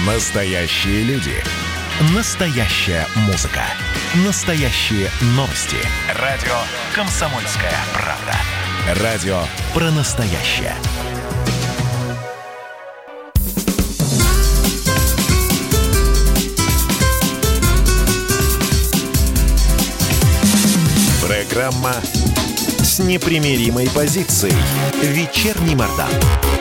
Настоящие люди. Настоящая музыка. Настоящие новости. Радио «Комсомольская правда». Радио про настоящее. Программа с непримиримой позицией. Вечерний Мордан.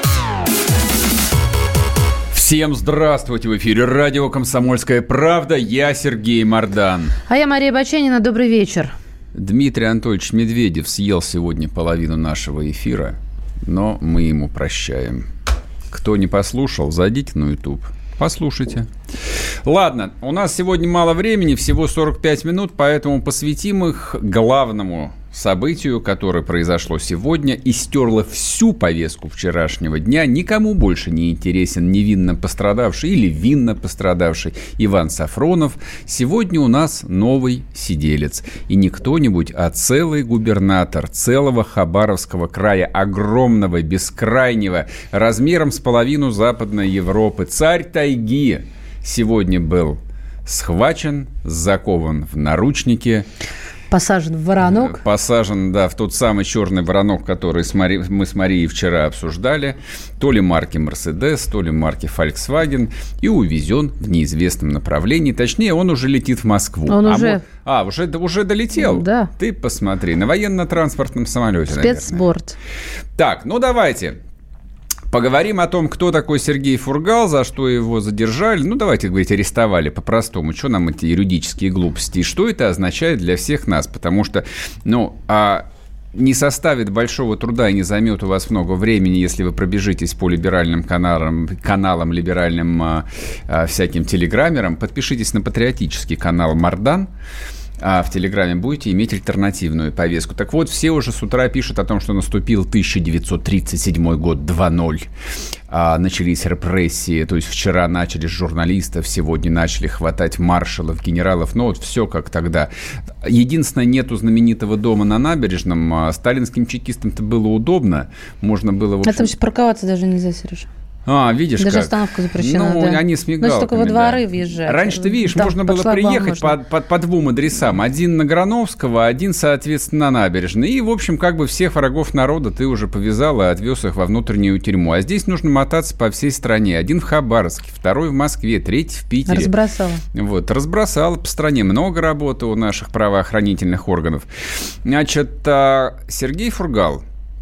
Всем здравствуйте! В эфире радио «Комсомольская правда». Я Сергей Мордан. А я Мария Баченина. Добрый вечер. Дмитрий Анатольевич Медведев съел сегодня половину нашего эфира, но мы ему прощаем. Кто не послушал, зайдите на YouTube. Послушайте. Ладно, у нас сегодня мало времени, всего 45 минут, поэтому посвятим их главному событию, которое произошло сегодня и стерло всю повестку вчерашнего дня. Никому больше не интересен невинно пострадавший или винно пострадавший Иван Сафронов. Сегодня у нас новый сиделец. И не кто-нибудь, а целый губернатор целого Хабаровского края, огромного, бескрайнего, размером с половину Западной Европы. Царь тайги сегодня был схвачен, закован в наручники. Посажен в воронок. Посажен, да, в тот самый черный воронок, который мы с Марией вчера обсуждали. То ли марки Mercedes, то ли марки Volkswagen. И увезен в неизвестном направлении. Точнее, он уже летит в Москву. Уже долетел? Да. Ты посмотри. На военно-транспортном самолете, Спецборд. Наверное. Так, ну давайте поговорим о том, кто такой Сергей Фургал, за что его задержали. Ну, давайте говорить, арестовали по-простому. Что нам эти юридические глупости? И что это означает для всех нас? Потому что, не составит большого труда и не займет у вас много времени, если вы пробежитесь по либеральным каналам либеральным всяким телеграммерам. Подпишитесь на патриотический канал «Мордан». А в Телеграме будете иметь альтернативную повестку. Так вот, все уже с утра пишут о том, что наступил 1937 год 2.0. Начались репрессии, то есть вчера начали с журналистов, сегодня начали хватать маршалов, генералов. Ну вот все как тогда. Единственное, нету знаменитого дома на набережном. Сталинским чекистам-то было удобно. Можно было, в общем... А там сейчас парковаться даже нельзя, Сережа. Видишь, даже как? остановка запрещена, да. Они с мигалками. Значит, только во дворы въезжать. Раньше, ты видишь, можно было приехать по двум адресам. Один на Грановского, один, соответственно, на набережной. И, в общем, как бы всех врагов народа ты уже повязал и отвез их во внутреннюю тюрьму. А здесь нужно мотаться по всей стране. Один в Хабаровске, второй в Москве, третий в Питере. Разбросала по стране. Много работы у наших правоохранительных органов. Значит, Сергей Фургал...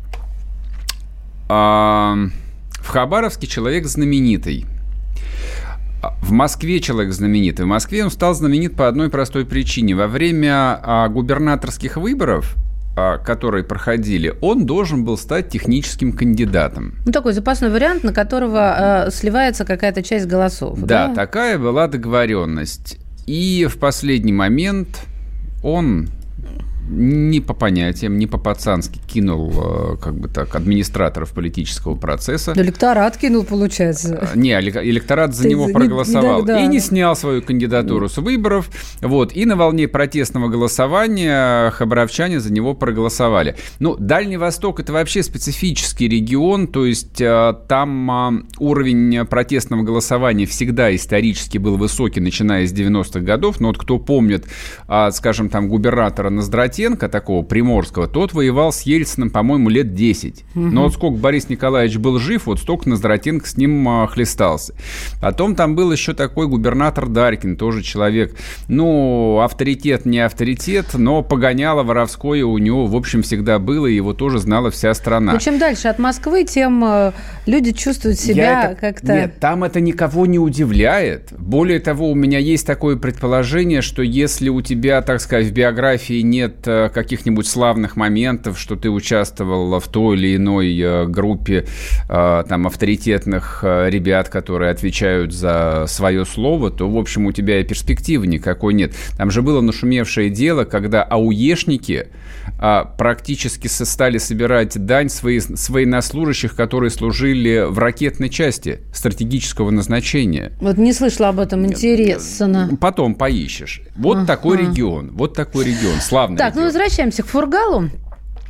В Хабаровске человек знаменитый. В Москве человек знаменитый. В Москве он стал знаменит по одной простой причине. Во время губернаторских выборов, которые проходили, он должен был стать техническим кандидатом. Такой запасной вариант, на которого сливается какая-то часть голосов. Да, такая была договоренность. И в последний момент он... не по понятиям, не по-пацански кинул, администраторов политического процесса. Электорат кинул, получается. Не, электорат за него проголосовал. И не снял свою кандидатуру с выборов. Вот. И на волне протестного голосования хабаровчане за него проголосовали. Дальний Восток – это вообще специфический регион, то есть там уровень протестного голосования всегда исторически был высокий, начиная с 90-х годов. Но вот кто помнит, скажем, там губернатора Ноздратенко, такого приморского, тот воевал с Ельциным, по-моему, лет 10. Но вот сколько Борис Николаевич был жив, вот столько Ноздратенко с ним хлестался. Потом там был еще такой губернатор Дарькин, тоже человек, авторитет не авторитет, но погоняло воровское у него, в общем, всегда было, и его тоже знала вся страна. Но чем дальше от Москвы, тем люди чувствуют себя как-то... Нет, там это никого не удивляет. Более того, у меня есть такое предположение, что если у тебя, так сказать, в биографии нет каких-нибудь славных моментов, что ты участвовал в той или иной группе авторитетных ребят, которые отвечают за свое слово, то, в общем, у тебя и перспективы никакой нет. Там же было нашумевшее дело, когда ауешники практически стали собирать дань с военнослужащих, которые служили в ракетной части стратегического назначения. Вот не слышала об этом, интересно. Потом поищешь. Вот такой регион, славный регион. Так, возвращаемся к Фургалу.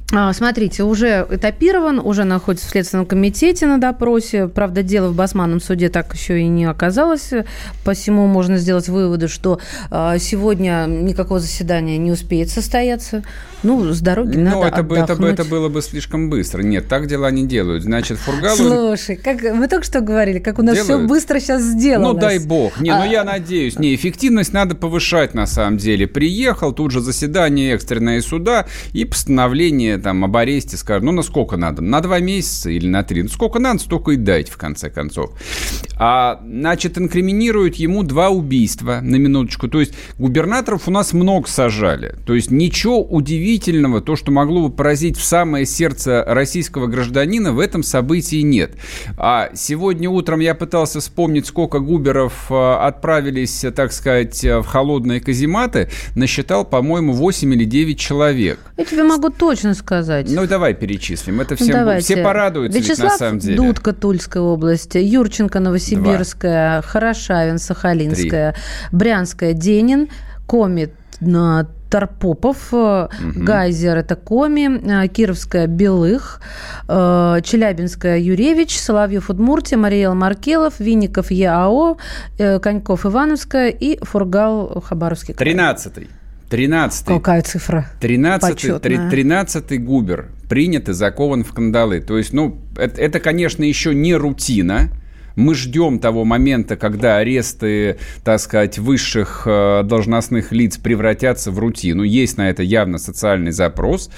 Смотрите, уже этапирован, уже находится в Следственном комитете на допросе. Правда, дело в Басманном суде так еще и не оказалось. Посему можно сделать выводы, что сегодня никакого заседания не успеет состояться. С дороги надо отдохнуть. Это было бы слишком быстро. Нет, так дела не делают. Значит, Фургалу... Слушай, как мы только что говорили, как у нас все быстро сейчас сделалось. Дай бог. Я надеюсь. Эффективность надо повышать на самом деле. Приехал, тут же заседание экстренное суда и постановление об аресте, скажут, на сколько надо? На 2 месяца или на 3? Сколько надо, столько и дайте, в конце концов. Значит, инкриминируют ему 2 убийства, на минуточку. То есть губернаторов у нас много сажали. То есть ничего удивительного, то, что могло бы поразить в самое сердце российского гражданина, в этом событии нет. Сегодня утром я пытался вспомнить, сколько губеров отправились, так сказать, в холодные казематы. Насчитал, по-моему, 8 или 9 человек. Я тебе могу точно сказать. Давай перечислим. Это все порадуются, Вячеслав ведь на самом деле. Дудка, Тульская область, Юрченко, Новосибирская, 2. Хорошавин, Сахалинская, 3. Брянская, Денин, Коми, Тарпопов, Гайзер, это Коми, Кировская, Белых, Челябинская, Юревич, Соловьев, Удмуртия, Мариэл, Маркелов, Винников, ЕАО, Коньков, Ивановская и Фургал, Хабаровский край. 13-й. Какая цифра? 13-й губер принят и закован в кандалы. То есть, это, конечно, еще не рутина. Мы ждем того момента, когда аресты, так сказать, высших должностных лиц превратятся в рутину. Есть на это явно социальный запрос.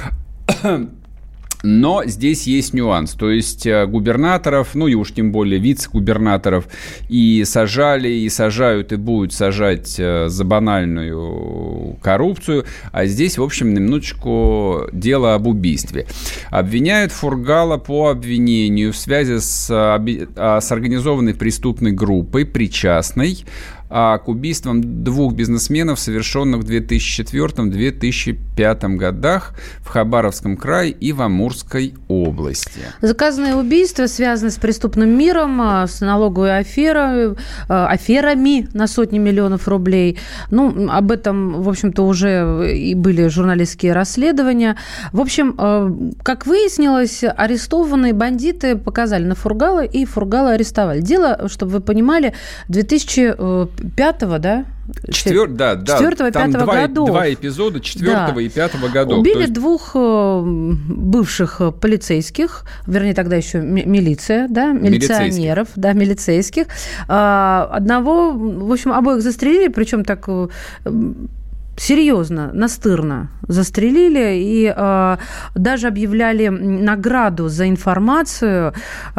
Но здесь есть нюанс. То есть губернаторов, и уж тем более вице-губернаторов, и сажали, и сажают, и будут сажать за банальную коррупцию. А здесь, в общем, на минуточку дело об убийстве. Обвиняют Фургала по обвинению в связи с организованной преступной группой, причастной к убийствам 2 бизнесменов, совершенных в 2004-2005 годах в Хабаровском крае и в Амурской области. Заказанные убийства связаны с преступным миром, с налоговой аферами на сотни миллионов рублей. Об этом, в общем-то, уже и были журналистские расследования. В общем, как выяснилось, арестованные бандиты показали на Фургала, и Фургала арестовали. Дело, чтобы вы понимали, 2005-го, да? 4-5 годов. 2 эпизода 4 и 5 годов. Убили 2 бывших полицейских, вернее, тогда еще милиция, милиционеров, милицейских. Одного, в общем, обоих застрелили, причем так... серьезно, настырно застрелили и даже объявляли награду за информацию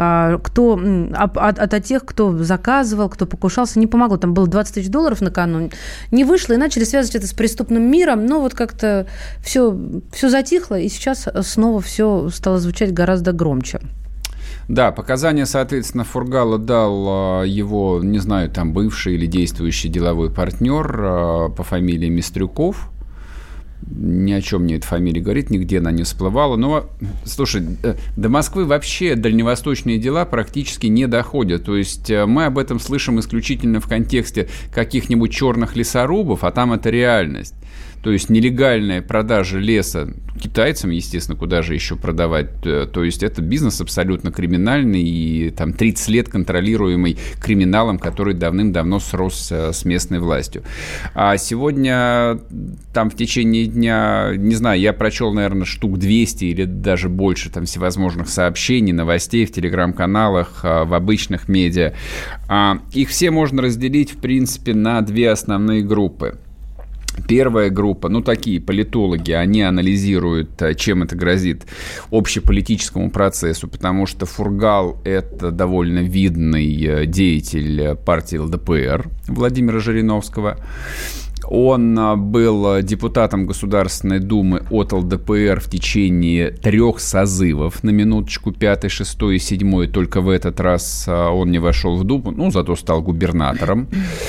от тех, кто заказывал, кто покушался. Не помогло. Там было $20 тысяч накануне. Не вышло, и начали связывать это с преступным миром. Но как-то все затихло, и сейчас снова все стало звучать гораздо громче. Да, показания, соответственно, Фургала дал его, не знаю, бывший или действующий деловой партнер по фамилии Мистрюков. Ни о чем мне эта фамилия говорит, нигде она не всплывала. Но, слушай, до Москвы вообще дальневосточные дела практически не доходят. То есть мы об этом слышим исключительно в контексте каких-нибудь черных лесорубов, а там это реальность. То есть нелегальная продажа леса китайцам, естественно, куда же еще продавать. То есть это бизнес абсолютно криминальный и 30 лет контролируемый криминалом, который давным-давно срос с местной властью. А сегодня в течение дня, не знаю, я прочел, наверное, штук 200 или даже больше всевозможных сообщений, новостей в телеграм-каналах, в обычных медиа. Их все можно разделить, в принципе, на 2 основные группы. Первая группа, такие политологи, они анализируют, чем это грозит общеполитическому процессу, потому что Фургал – это довольно видный деятель партии ЛДПР Владимира Жириновского. Он был депутатом Государственной Думы от ЛДПР в течение 3 созывов, на минуточку, 5, 6 и 7. Только в этот раз он не вошел в Думу, зато стал губернатором.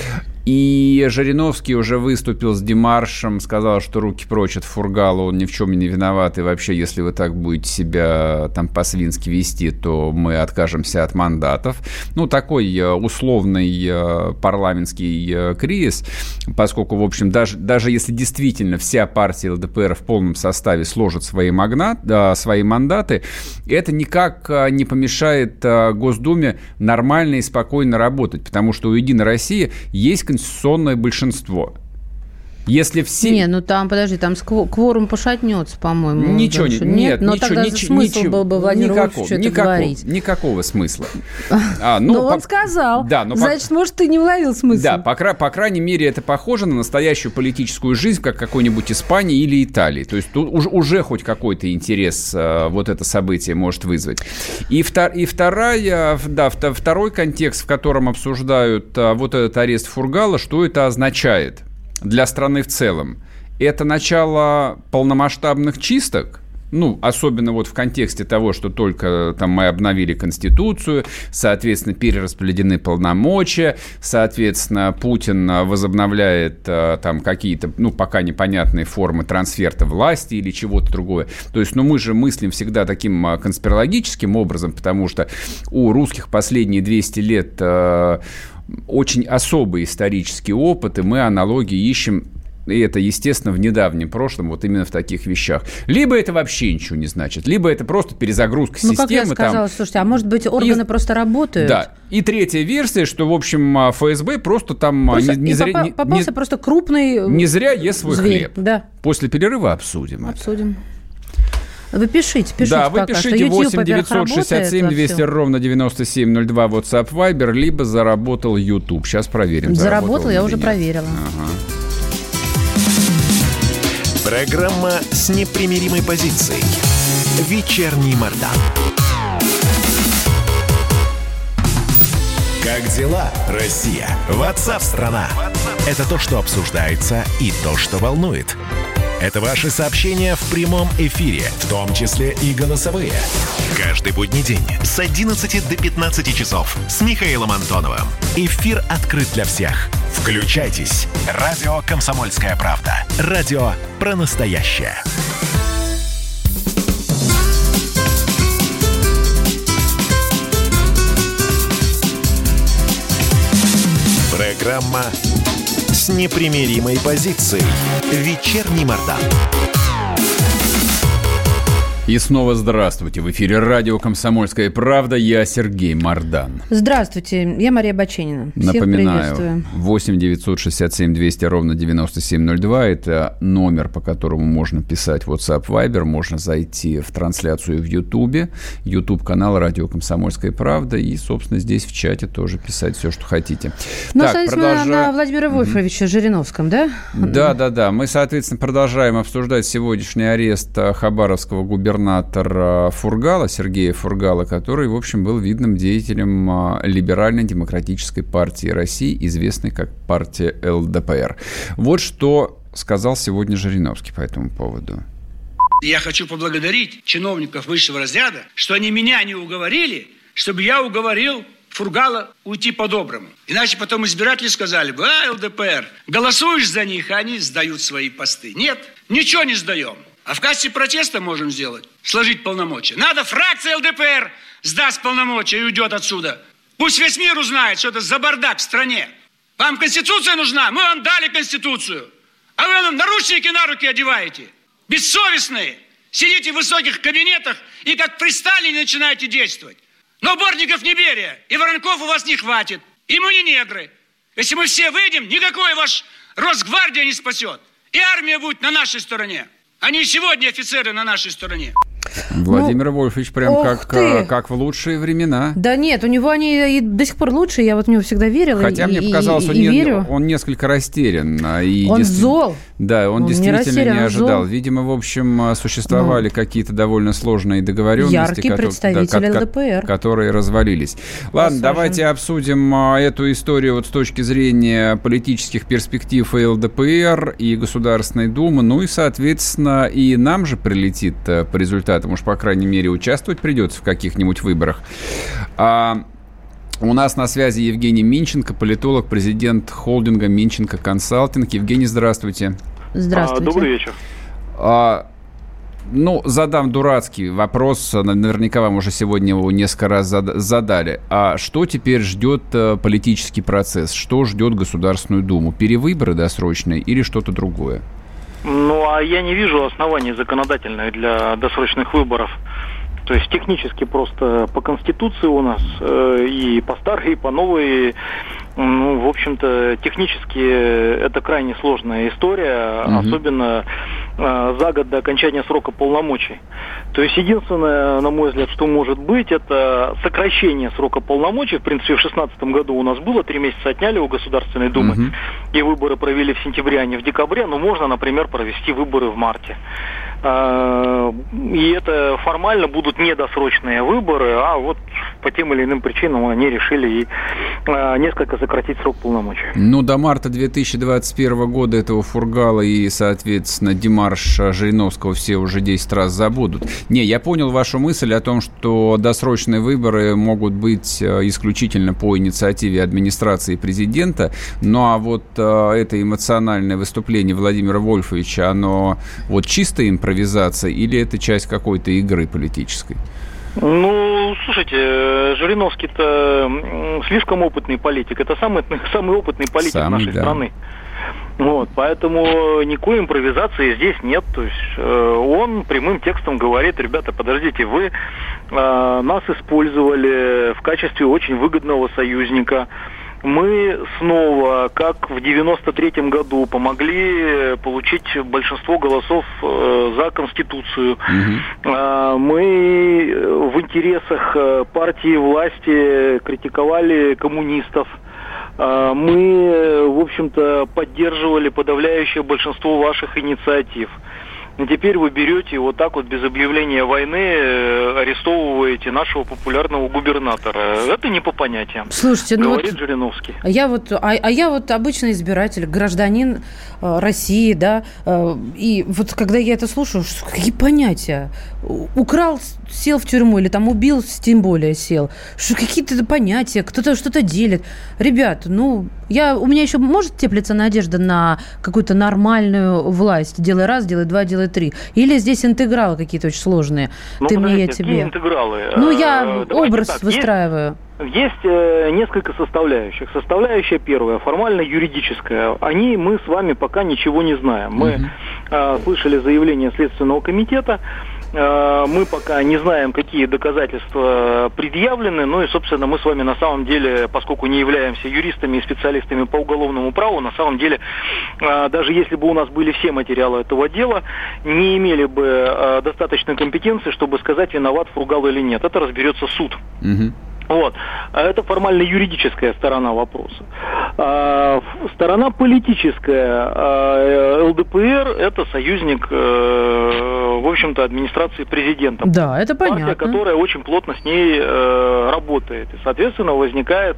И Жириновский уже выступил с демаршем, сказал, что руки прочь от Фургала, он ни в чем не виноват, и вообще, если вы так будете себя там по-свински вести, то мы откажемся от мандатов. Ну, такой условный парламентский кризис, поскольку, в общем, даже если действительно вся партия ЛДПР в полном составе сложит свои мандаты, это никак не помешает Госдуме нормально и спокойно работать, потому что у «Единой России» есть конституционное большинство. Если все... Не, ну там, подожди, там кворум пошатнется, по-моему. Ничего, нет, но ничего, тогда смысл был бы Владимиру Вольфовичу это говорить. Никакого смысла. Он сказал. Да, значит, может, ты не уловил смысл. Да, по крайней мере, это похоже на настоящую политическую жизнь, как какой-нибудь Испании или Италии. То есть тут уже хоть какой-то интерес вот это событие может вызвать. И второй контекст, в котором обсуждают вот этот арест Фургала, что это означает для страны в целом. Это начало полномасштабных чисток, ну, особенно вот в контексте того, что только там мы обновили Конституцию, соответственно, перераспределены полномочия, соответственно, Путин возобновляет там какие-то, ну, пока непонятные формы трансферта власти или чего-то другое. То есть, ну, мы же мыслим всегда таким конспирологическим образом, потому что у русских последние 200 лет очень особый исторический опыт, и мы аналогии ищем, и это, естественно, в недавнем прошлом, вот именно в таких вещах. Либо это вообще ничего не значит, либо это просто перезагрузка системы. Ну, как я сказала, слушайте, а может быть, органы просто работают? Да. И третья версия, что, в общем, ФСБ просто там... Попался просто крупный не зря ест свой зверь. Хлеб. Да. После перерыва обсудим. Вы пишите. Да, вы пишите 8 967 200 ровно 9702 WhatsApp Viber, либо заработал YouTube. Сейчас проверим. Заработал, я уже проверила. Ага. Программа с непримиримой позицией. Вечерний Мордан. Как дела, Россия? WhatsApp-страна. Это то, что обсуждается, и то, что волнует. Это ваши сообщения в прямом эфире, в том числе и голосовые. Каждый будний день с 11 до 15 часов с Михаилом Антоновым. Эфир открыт для всех. Включайтесь. Радио «Комсомольская правда». Радио про настоящее. Программа с непримиримой позицией. Вечерний Мордан. И снова здравствуйте. В эфире радио «Комсомольская правда». Я Сергей Мордан. Здравствуйте. Я Мария Баченина. Всех напоминаю, 8 967 200 ровно 9702. Это номер, по которому можно писать WhatsApp, Viber. Можно зайти в трансляцию в Ютубе. Ютуб-канал «Радио Комсомольская правда». И, собственно, здесь в чате тоже писать все, что хотите. Ну, соответственно, на Владимира Вольфовича Жириновском, да? Да. Мы, соответственно, продолжаем обсуждать сегодняшний арест хабаровского губернатора Фургала, Сергея Фургала, который, в общем, был видным деятелем Либерально-демократической партии России, известной как партия ЛДПР. Вот что сказал сегодня Жириновский по этому поводу. Я хочу поблагодарить чиновников высшего разряда, что они меня не уговорили, чтобы я уговорил Фургала уйти по-доброму. Иначе потом избиратели сказали бы: ЛДПР, голосуешь за них, а они сдают свои посты. Нет, ничего не сдаем. А в качестве протеста можем сделать, сложить полномочия. Надо, фракция ЛДПР сдаст полномочия и уйдет отсюда. Пусть весь мир узнает, что это за бардак в стране. Вам Конституция нужна? Мы вам дали Конституцию. А вы нам наручники на руки одеваете. Бессовестные. Сидите в высоких кабинетах и как при Сталине начинаете действовать. Но Бортников не Берия, и Воронков у вас не хватит. И мы не негры. Если мы все выйдем, никакой ваш Росгвардия не спасет. И армия будет на нашей стороне. Они сегодня офицеры на нашей стороне. Владимир Вольфович прям как в лучшие времена. Да нет, у него они и до сих пор лучше, я вот в него всегда верила. Хотя мне показалось, он несколько растерян. Он зол. Да, он действительно не ожидал. Видимо, в общем, существовали какие-то довольно сложные договоренности. Яркий представитель ЛДПР. Которые развалились. Ладно, давайте обсудим эту историю вот с точки зрения политических перспектив и ЛДПР, и Государственной Думы. Ну и, соответственно, и нам же прилетит по результатам, уж по крайней мере, участвовать придется в каких-нибудь выборах. У нас на связи Евгений Минченко, политолог, президент холдинга Минченко Консалтинг. Евгений, здравствуйте. Здравствуйте. Добрый вечер. Задам дурацкий вопрос. Наверняка вам уже сегодня его несколько раз задали. А что теперь ждет политический процесс? Что ждет Государственную Думу? Перевыборы досрочные или что-то другое? А я не вижу оснований законодательных для досрочных выборов. То есть технически просто по Конституции у нас и по старой, и по новой, в общем-то, технически это крайне сложная история, особенно за год до окончания срока полномочий. То есть единственное, на мой взгляд, что может быть, это сокращение срока полномочий. В принципе, в 2016 году у нас было 3 месяца отняли у Государственной Думы, и выборы провели в сентябре, а не в декабре. Но можно, например, провести выборы в марте. И это формально будут не досрочные выборы, а вот по тем или иным причинам они решили несколько сократить срок полномочий. До марта 2021 года этого Фургала и, соответственно, демарш Жириновского все уже 10 раз забудут. Я понял вашу мысль о том, что досрочные выборы могут быть исключительно по инициативе администрации президента. А вот это эмоциональное выступление Владимира Вольфовича, оно вот чисто импровизация или это часть какой-то игры политической? Слушайте, Жириновский-то слишком опытный политик. Это самый опытный политик нашей страны. Поэтому никакой импровизации здесь нет. То есть он прямым текстом говорит: ребята, подождите, вы нас использовали в качестве очень выгодного союзника. Мы снова, как в 93-м году, помогли получить большинство голосов за Конституцию. Мы в интересах партии власти критиковали коммунистов. Мы, в общем-то, поддерживали подавляющее большинство ваших инициатив. И теперь вы берете вот так вот без объявления войны, арестовываете нашего популярного губернатора. Это не по понятиям. Слушайте, говорит Жириновский. Я вот обычный избиратель, гражданин России, да, и вот когда я это слушаю, какие понятия? Украл, сел в тюрьму, или там убил, тем более сел. Какие-то понятия, кто-то что-то делит. Ребят, у меня еще может теплиться надежда на какую-то нормальную власть? Делай раз, делай два, делай три. Или здесь интегралы какие-то очень сложные? Ты мне, я тебе. Какие интегралы? Я образ выстраиваю. Есть несколько составляющих. Составляющая первая, формально-юридическая. Мы с вами пока ничего не знаем. Мы слышали заявление Следственного комитета. Мы пока не знаем, какие доказательства предъявлены. И, собственно, мы с вами на самом деле, поскольку не являемся юристами и специалистами по уголовному праву, на самом деле, даже если бы у нас были все материалы этого дела, не имели бы достаточной компетенции, чтобы сказать, виноват Фургал или нет. Это разберется суд. Это формально-юридическая сторона вопроса. Сторона политическая. ЛДПР – это союзник, в общем-то, администрации президента. Да, это понятно. Партия, которая очень плотно с ней работает. И, соответственно, возникает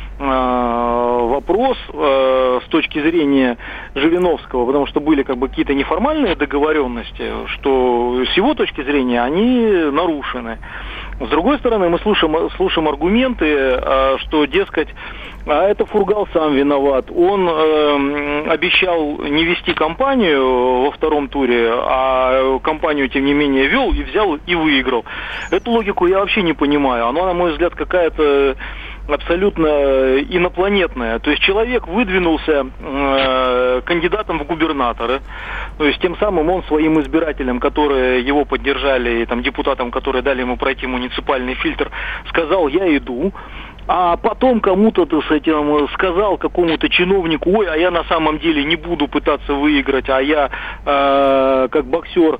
вопрос с точки зрения Жириновского, потому что были какие-то неформальные договоренности, что с его точки зрения они нарушены. С другой стороны, мы слушаем аргументы, что, дескать, это Фургал сам виноват. Он обещал не вести кампанию во втором туре, а кампанию, тем не менее, вел и взял и выиграл. Эту логику я вообще не понимаю. Она, на мой взгляд, какая-то абсолютно инопланетная. То есть человек выдвинулся кандидатом в губернаторы, то есть тем самым он своим избирателям, которые его поддержали, и депутатам, которые дали ему пройти муниципальный фильтр, сказал: я иду. А потом кому-то сказал, какому-то чиновнику: ой, а я на самом деле не буду пытаться выиграть, а я как боксер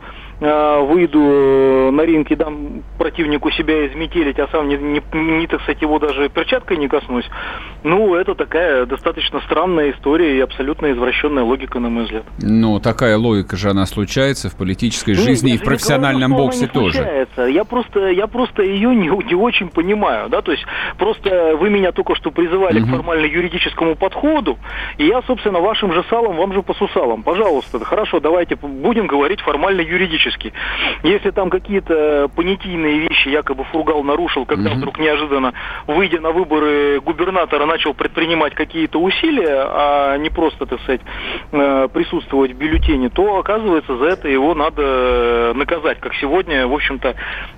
выйду на ринг и дам противнику себя изметелить, а сам так сказать, его даже перчаткой не коснусь. Это такая достаточно странная история и абсолютно извращенная логика, на мой взгляд. Такая логика же, она случается в политической жизни и в профессиональном боксе тоже. Я просто ее не очень понимаю, да, то есть просто вы меня только что призывали к формально-юридическому подходу, и я, собственно, вашим же салом, вам же по сусалам. Пожалуйста, хорошо, давайте будем говорить формально-юридически. юридически. Если там какие-то понятийные вещи якобы Фургал нарушил, когда вдруг неожиданно, выйдя на выборы губернатора, начал предпринимать какие-то усилия, а не просто, так сказать, присутствовать в бюллетене, то, оказывается, за это его надо наказать. Как сегодня, в общем-то,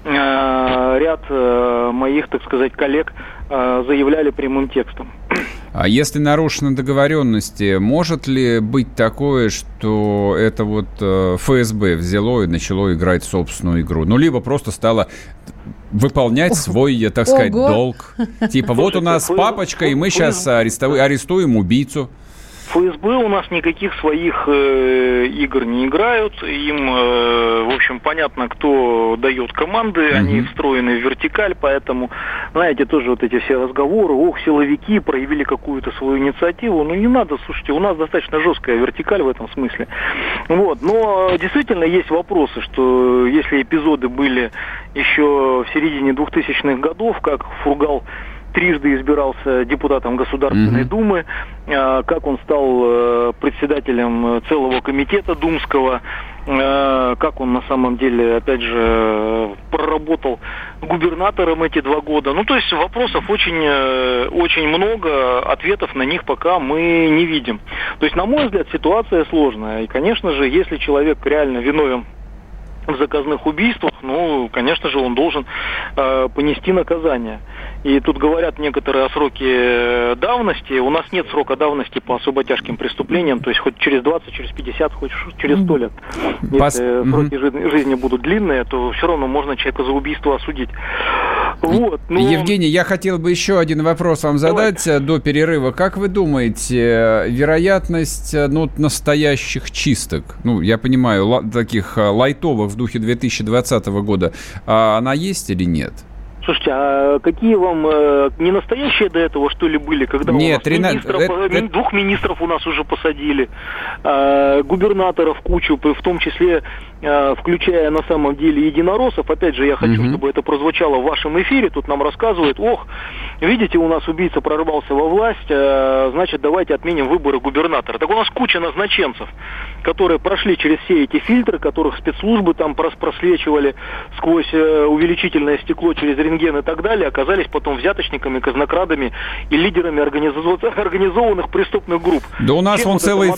ряд моих, так сказать, коллег заявляли прямым текстом. А если нарушены договоренности, может ли быть такое, что это вот ФСБ взяло и начало играть собственную игру? Ну, либо просто стало выполнять свой, так сказать, долг. Типа, вот у нас папочка, и мы сейчас арестуем убийцу. ФСБ у нас никаких своих игр не играют. Им, в общем, понятно, кто дает команды. Они встроены в вертикаль, поэтому, знаете, тоже вот эти все разговоры. Силовики проявили какую-то свою инициативу. Ну, не надо, слушайте, у нас достаточно жесткая вертикаль в этом смысле. Вот. Но действительно есть вопросы, что если эпизоды были еще в середине 2000-х годов, как Фургал трижды избирался депутатом Государственной Думы, как он стал председателем целого комитета думского, как он на самом деле, опять же, проработал губернатором эти 2 года. Ну, то есть вопросов очень много, ответов на них пока мы не видим. То есть, на мой взгляд, ситуация сложная. И, конечно же, если человек реально виновен в заказных убийствах, ну, конечно же, он должен понести наказание. И тут говорят некоторые о сроке давности. У нас нет срока давности по особо тяжким преступлениям, то есть хоть через 20, через 50, хоть через 100 лет. Если сроки жизни будут длинные, то все равно можно человека за убийство осудить. Вот, Евгений, я хотел бы еще один вопрос вам задать до перерыва. Как вы думаете, вероятность настоящих чисток, я понимаю, таких лайтовых в духе 2020 года, она есть или нет? Слушайте, а какие вам не настоящие до этого, что ли, были, когда нет, у нас 2 министров у нас уже посадили, губернаторов кучу, в том числе включая на самом деле единороссов. Опять же, я хочу, чтобы это прозвучало в вашем эфире. Тут нам рассказывают, видите, у нас убийца прорвался во власть, значит, давайте отменим выборы губернатора. Так у нас куча назначенцев, которые прошли через все эти фильтры, которых спецслужбы там просвечивали сквозь увеличительное стекло через рентген и так далее, оказались потом взяточниками, казнокрадами и лидерами организованных преступных групп. Да у нас целые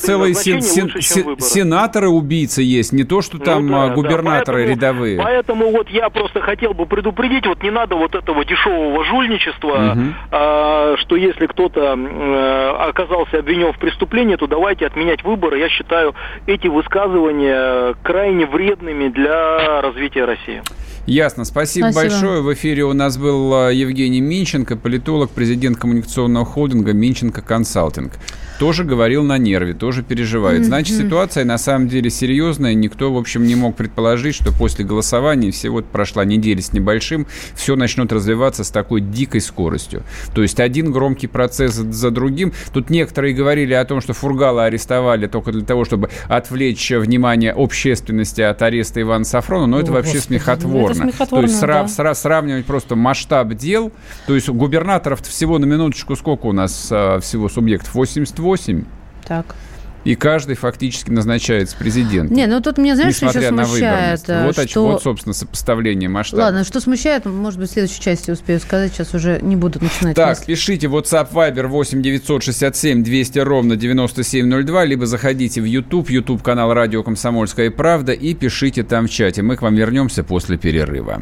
сенаторы-убийцы есть, не то, что там губернаторы рядовые. Поэтому вот я просто хотел бы предупредить, не надо вот этого дешевого жульничества, что если кто-то оказался обвинен в преступлении, то давайте отменять выборы. Я считаю эти высказывания крайне вредными для развития России. Ясно. Спасибо большое. В эфире у нас был Евгений Минченко, политолог, президент коммуникационного холдинга «Минченко Консалтинг». Тоже говорил на нерве, тоже переживает. Значит, ситуация на самом деле серьезная. Никто, в общем, не мог предположить, что после голосования, всего прошла неделя с небольшим, все начнет развиваться с такой дикой скоростью. То есть один громкий процесс за другим. Тут некоторые говорили о том, что Фургала арестовали только для того, чтобы отвлечь внимание общественности от ареста Ивана Сафронова, но это вообще смехотворно. То есть сравнивать просто масштаб дел. То есть губернаторов всего на минуточку сколько у нас всего субъектов? 88. Так. И каждый фактически назначается президентом. Тут меня, знаешь, что еще смущает? Вот, собственно, сопоставление масштаба. Ладно, что смущает, может быть, в следующей части успею сказать, сейчас уже не буду начинать. Так, пишите WhatsApp Viber 8 967 200 ровно 9702, либо заходите в YouTube канал «Радио Комсомольская правда» и пишите там в чате. Мы к вам вернемся после перерыва.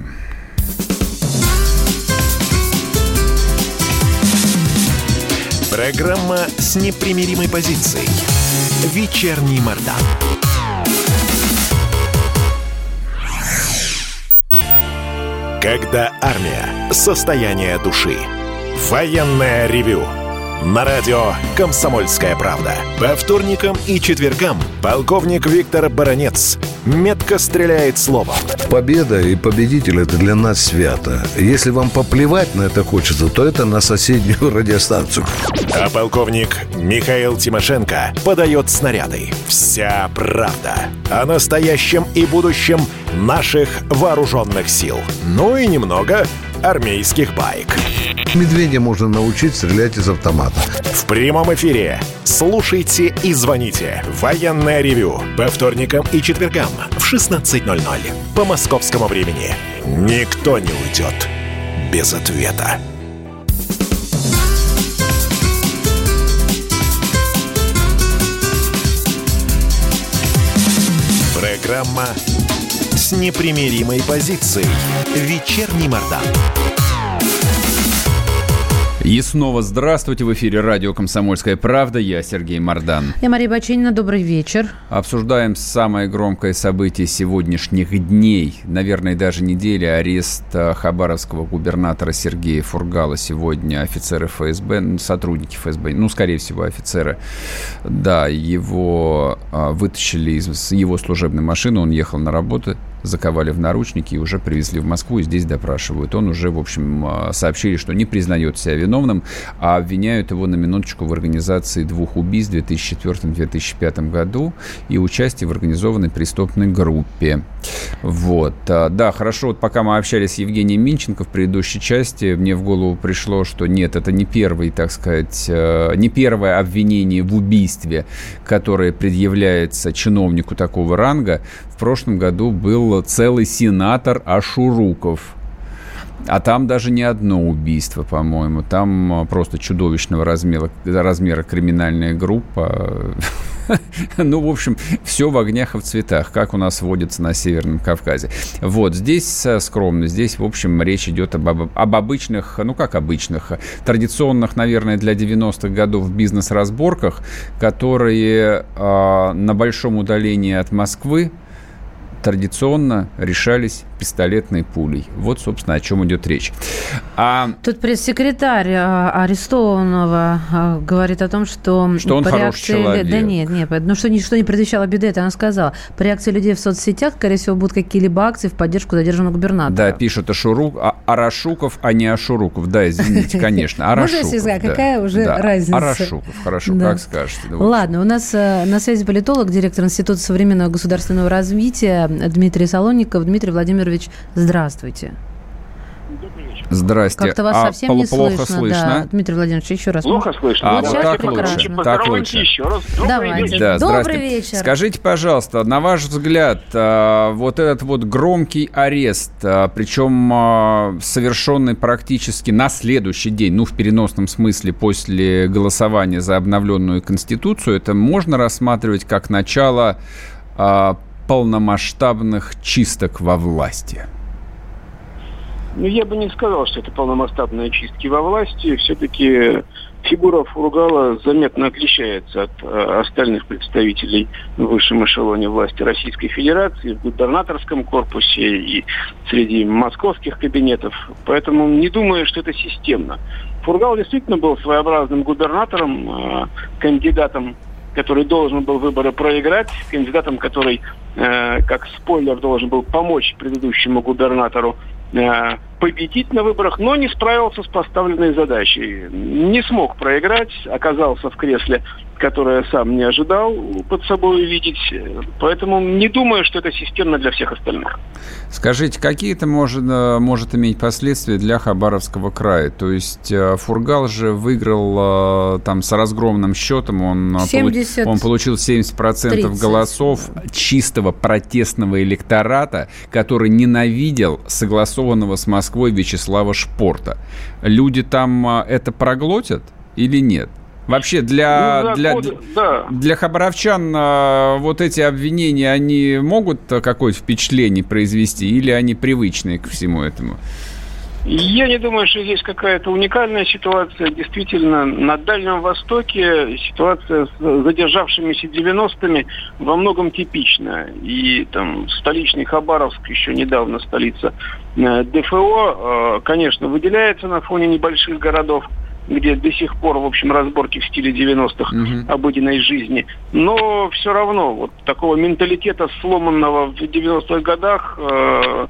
Программа с непримиримой позицией. Вечерний Мордан. Когда армия. Состояние души. Военное ревю. На радио «Комсомольская правда». По вторникам и четвергам полковник Виктор Баранец метко стреляет словом. Победа и победитель – это для нас свято. Если вам поплевать на это хочется, то это на соседнюю радиостанцию. А полковник Михаил Тимошенко подает снаряды. Вся правда о настоящем и будущем наших вооруженных сил. Ну и немного армейских баек. Медведя можно научить стрелять из автомата. В прямом эфире слушайте и звоните. Военное ревю по вторникам и четвергам в 16:00 по московскому времени. Никто не уйдет без ответа. Программа с непримиримой позицией. Вечерний Мардан. И снова здравствуйте. В эфире радио «Комсомольская правда». Я Сергей Мардан. Я Мария Баченина. Добрый вечер. Обсуждаем самое громкое событие сегодняшних дней, наверное, даже недели. Арест хабаровского губернатора Сергея Фургала. Сегодня офицеры ФСБ, сотрудники ФСБ, скорее всего, офицеры, да, его вытащили из его служебной машины. Он ехал на работу, заковали в наручники и уже привезли в Москву, и здесь допрашивают. Он уже, в общем, сообщили, что не признает себя виновным, а обвиняют его, на минуточку, в организации 2 убийств в 2004-2005 году и участии в организованной преступной группе. Вот. Да, хорошо, вот пока мы общались с Евгением Минченко в предыдущей части, мне в голову пришло, что нет, это не первый, так сказать, не первое обвинение в убийстве, которое предъявляется чиновнику такого ранга. В прошлом году был целый сенатор Ашуруков. А там даже не одно убийство, по-моему. Там просто чудовищного размера криминальная группа. В общем, все в огнях и в цветах, как у нас водится на Северном Кавказе. Вот, здесь скромно, здесь, в общем, речь идет об обычных, обычных, традиционных, наверное, для 90-х годов бизнес-разборках, которые на большом удалении от Москвы традиционно решались пистолетной пулей. Вот, собственно, о чем идет речь. Тут пресс-секретарь арестованного говорит о том, что он хороший человек. Да нет, что не предвещало беды, это она сказала. По реакции людей в соцсетях, скорее всего, будут какие-либо акции в поддержку задержанного губернатора. Да, пишут Арашуков, а не Ашуруков. Да, извините, конечно. Арашуков. Можно сказать, какая уже разница? Арашуков, хорошо, как скажете. Ладно, у нас на связи политолог, директор Института современного государственного развития Дмитрий Солонников. Дмитрий Владимирович, здравствуйте. Здрасте. Как-то вас совсем не плохо слышно. Да. Дмитрий Владимирович, еще раз. Плохо слышно. Вот сейчас так прекрасно. Так лучше. Еще раз. Давайте. Да, Добрый вечер. Скажите, пожалуйста, на ваш взгляд, вот этот вот громкий арест, причем совершенный практически на следующий день, в переносном смысле после голосования за обновленную Конституцию, это можно рассматривать как начало полномасштабных чисток во власти? Я бы не сказал, что это полномасштабные чистки во власти. Все-таки фигура Фургала заметно отличается от остальных представителей в высшем эшелоне власти Российской Федерации, в губернаторском корпусе и среди московских кабинетов. Поэтому не думаю, что это системно. Фургал действительно был своеобразным губернатором, кандидатом, который должен был выборы проиграть, кандидатом, который, как спойлер, должен был помочь предыдущему губернатору победить на выборах, но не справился с поставленной задачей. Не смог проиграть, оказался в кресле, которое сам не ожидал под собой увидеть. Поэтому не думаю, что это системно для всех остальных. Скажите, какие это может иметь последствия для Хабаровского края? То есть Фургал же выиграл там с разгромным счетом, он получил 70% 30. Голосов чистого протестного электората, который ненавидел согласованного с Москвой Вячеслава Шпорта. Люди там это проглотят или нет? Вообще для хабаровчан вот эти обвинения, они могут какое-то впечатление произвести или они привычные ко всему этому? Я не думаю, что здесь какая-то уникальная ситуация. Действительно, на Дальнем Востоке ситуация с задержавшимися 90-ми во многом типична. И там столичный Хабаровск, еще недавно столица ДФО, конечно, выделяется на фоне небольших городов, где до сих пор, в общем, разборки в стиле 90-х обыденной жизни. Но все равно вот такого менталитета, сломанного в 90-х годах,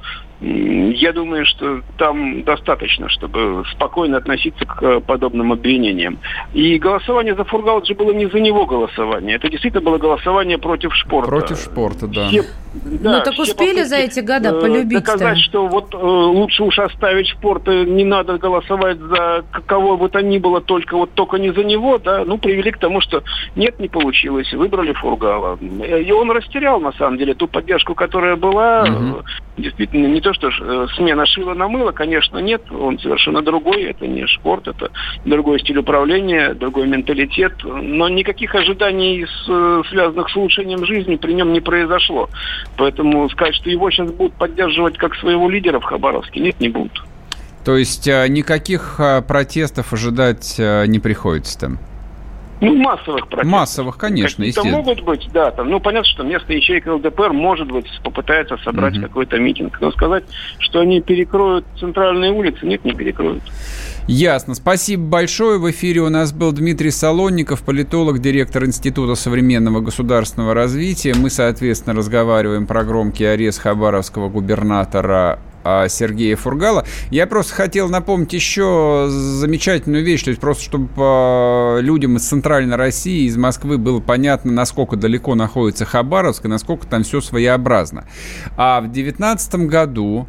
Я думаю, что там достаточно, чтобы спокойно относиться к подобным обвинениям. И голосование за Фургала же было не за него голосование. Это действительно было голосование против Шпорта. Против Шпорта, да. Ну так успели за эти года полюбить-то? Доказать, что вот лучше уж оставить Шпорта, не надо голосовать за кого бы то ни было, только не за него, да, привели к тому, что нет, не получилось, выбрали Фургала. И он растерял, на самом деле, ту поддержку, которая была. Действительно, не то, что смена шила на мыло, конечно, нет, он совершенно другой, это не Шпорт, это другой стиль управления, другой менталитет, но никаких ожиданий, связанных с улучшением жизни, при нем не произошло. Поэтому сказать, что его сейчас будут поддерживать как своего лидера в Хабаровске, нет, не будут. То есть никаких протестов ожидать не приходится там? Массовых протестов. Массовых, конечно, естественно. Могут быть, да. Понятно, что местная ячейка ЛДПР, может быть, попытается собрать какой-то митинг. Но сказать, что они перекроют центральные улицы, нет, не перекроют. Ясно. Спасибо большое. В эфире у нас был Дмитрий Солонников, политолог, директор Института современного государственного развития. Мы, соответственно, разговариваем про громкий арест хабаровского губернатора Сергея Фургала. Я просто хотел напомнить еще замечательную вещь, то есть просто чтобы людям из Центральной России, из Москвы было понятно, насколько далеко находится Хабаровск и насколько там все своеобразно. В 2019 году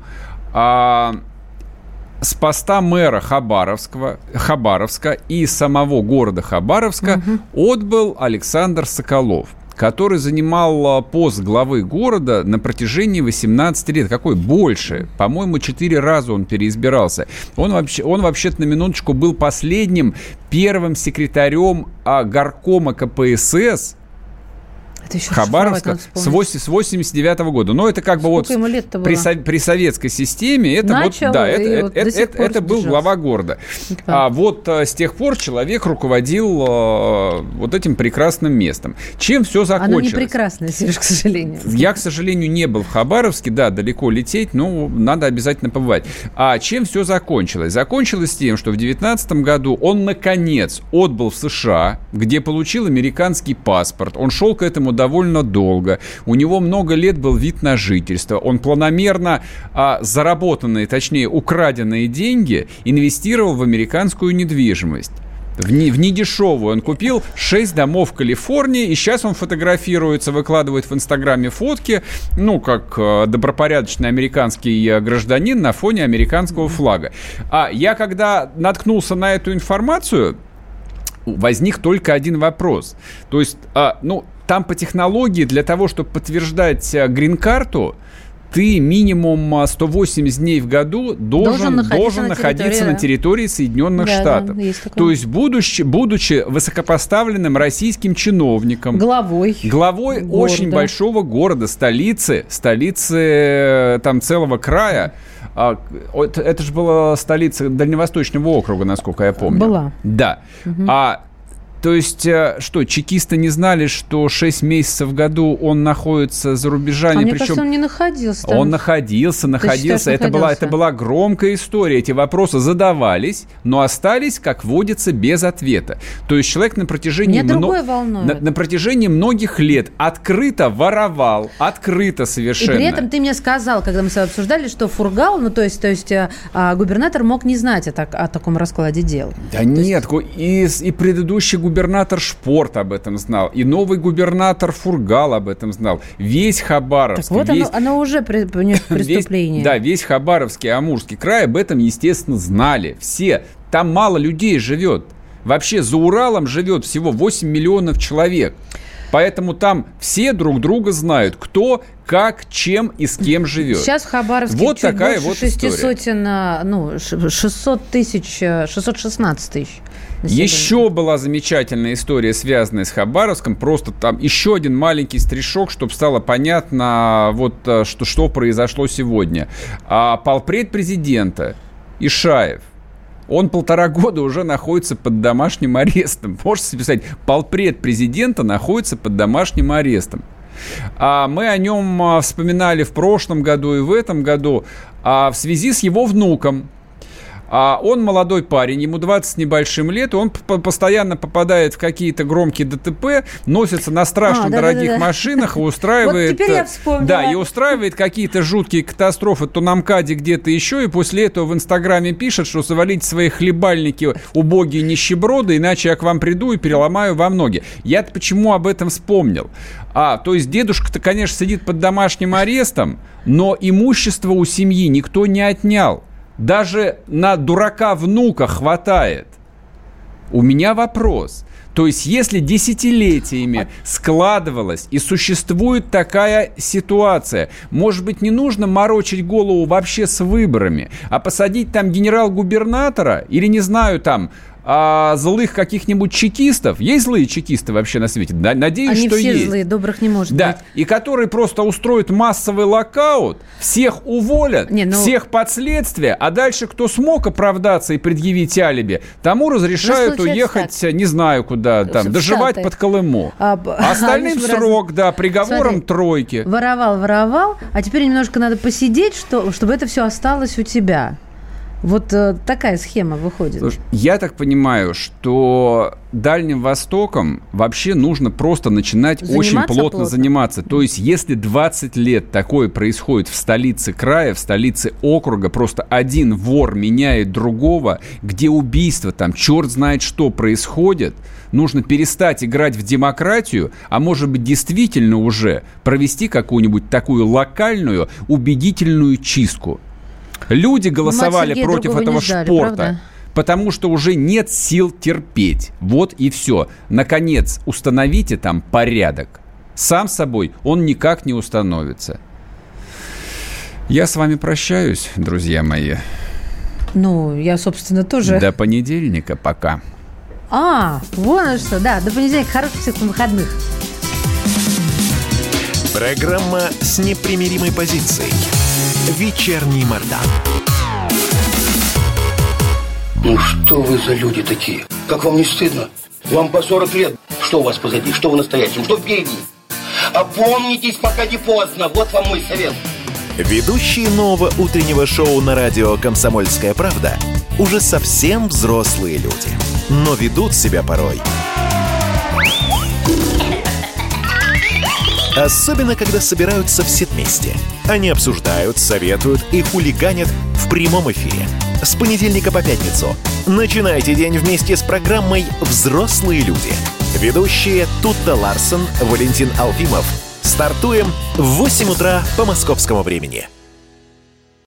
с поста мэра Хабаровска и самого города Хабаровска отбыл Александр Соколов, который занимал пост главы города на протяжении 18 лет. Какой? Больше. По-моему, 4 раза он переизбирался. Он вообще-то, на минуточку, был первым секретарем горкома КПСС Хабаровска с 89 года. Но это как бы при советской системе это это был глава города. Да. С тех пор человек руководил этим прекрасным местом. Чем все закончилось? Оно не прекрасное, Сереж, к сожалению. Я, к сожалению, не был в Хабаровске. Да, далеко лететь, но надо обязательно побывать. Чем все закончилось? Закончилось тем, что в 2019 году он, наконец, отбыл в США, где получил американский паспорт. Он шел к этому довольно долго. У него много лет был вид на жительство. Он планомерно заработанные, точнее, украденные деньги инвестировал в американскую недвижимость. В недешевую. Он купил 6 домов в Калифорнии, и сейчас он фотографируется, выкладывает в Инстаграме фотки, как добропорядочный американский гражданин на фоне американского флага. Я когда наткнулся на эту информацию, возник только один вопрос. То есть, там по технологии для того, чтобы подтверждать грин-карту, ты минимум 180 дней в году должен находиться на территории Соединенных Штатов. То есть, будучи высокопоставленным российским чиновником, главой очень большого города, столицы там целого края. Это же была столица Дальневосточного округа, насколько я помню. Была. Да. То есть, чекисты не знали, что 6 месяцев в году он находится за рубежами? Мне кажется, он не находился там. Он находился. Это была громкая история. Эти вопросы задавались, но остались, как водится, без ответа. То есть, человек на протяжении многих лет открыто воровал, открыто совершенно. И при этом ты мне сказал, когда мы с тобой обсуждали, что Фургал, губернатор мог не знать о таком раскладе дел. Да нет, и предыдущий губернатор Шпорт об этом знал, и новый губернатор Фургал об этом знал. Весь Хабаровск. Так оно уже преступление. Весь Хабаровский и Амурский край об этом, естественно, знали. Все. Там мало людей живет. Вообще за Уралом живет всего 8 миллионов человек. Поэтому там все друг друга знают, кто, как, чем и с кем живет. Сейчас в Хабаровске вот чуть такая больше 616 тысяч. Еще была замечательная история, связанная с Хабаровском. Просто там еще один маленький стришок, чтобы стало понятно, что произошло сегодня. Полпред президента Ишаев, он 1,5 года уже находится под домашним арестом. Можете себе представить, полпред президента находится под домашним арестом. Мы о нем вспоминали в прошлом году и в этом году в связи с его внуком. А он молодой парень, ему 20 с небольшим лет, он постоянно попадает в какие-то громкие ДТП, носится на страшно дорогих машинах и устраивает... Вот теперь я вспомнила. Да, и устраивает какие-то жуткие катастрофы то на МКАДе где-то еще, и после этого в Инстаграме пишет, что завалите свои хлебальники убогие нищеброды, иначе я к вам приду и переломаю вам ноги. Я-то почему об этом вспомнил? То есть дедушка-то, конечно, сидит под домашним арестом, но имущество у семьи никто не отнял. Даже на дурака внука хватает. У меня вопрос. То есть, если десятилетиями складывалась и существует такая ситуация, может быть, не нужно морочить голову вообще с выборами, а посадить там генерал-губернатора или, не знаю, там, злых каких-нибудь чекистов. Есть злые чекисты вообще на свете? Надеюсь, что есть. Они все злые, добрых не может быть. И которые просто устроят массовый локаут, всех уволят, всех под следствие, а дальше кто смог оправдаться и предъявить алиби, тому разрешают уехать, не знаю куда, там, доживать под Колыму. Остальным срок, приговором тройки. Воровал, а теперь немножко надо посидеть, чтобы это все осталось у тебя. Вот такая схема выходит. Слушай, я так понимаю, что Дальним Востоком вообще нужно просто начинать очень плотно заниматься. То есть, если 20 лет такое происходит в столице края, в столице округа, просто один вор меняет другого, где убийство, там черт знает что происходит, нужно перестать играть в демократию, а может быть действительно уже провести какую-нибудь такую локальную убедительную чистку. Люди голосовали против этого спорта, потому что уже нет сил терпеть. Вот и все. Наконец, установите там порядок. Сам собой он никак не установится. Я с вами прощаюсь, друзья мои. Я, собственно, тоже. До понедельника пока. Вон что. Да, до понедельника. Хороших всех выходных. Программа с непримиримой позицией. Вечерний Мордан. Что вы за люди такие? Как вам не стыдно? Вам по 40 лет. Что у вас позади? Что в настоящем? Что впереди? Опомнитесь, пока не поздно. Вот вам мой совет. Ведущие нового утреннего шоу на радио «Комсомольская правда» уже совсем взрослые люди, но ведут себя порой. Особенно, когда собираются все вместе. Они обсуждают, советуют и хулиганят в прямом эфире. С понедельника по пятницу. Начинайте день вместе с программой «Взрослые люди». Ведущие Тутта Ларсон, Валентин Алфимов. Стартуем в 8 утра по московскому времени.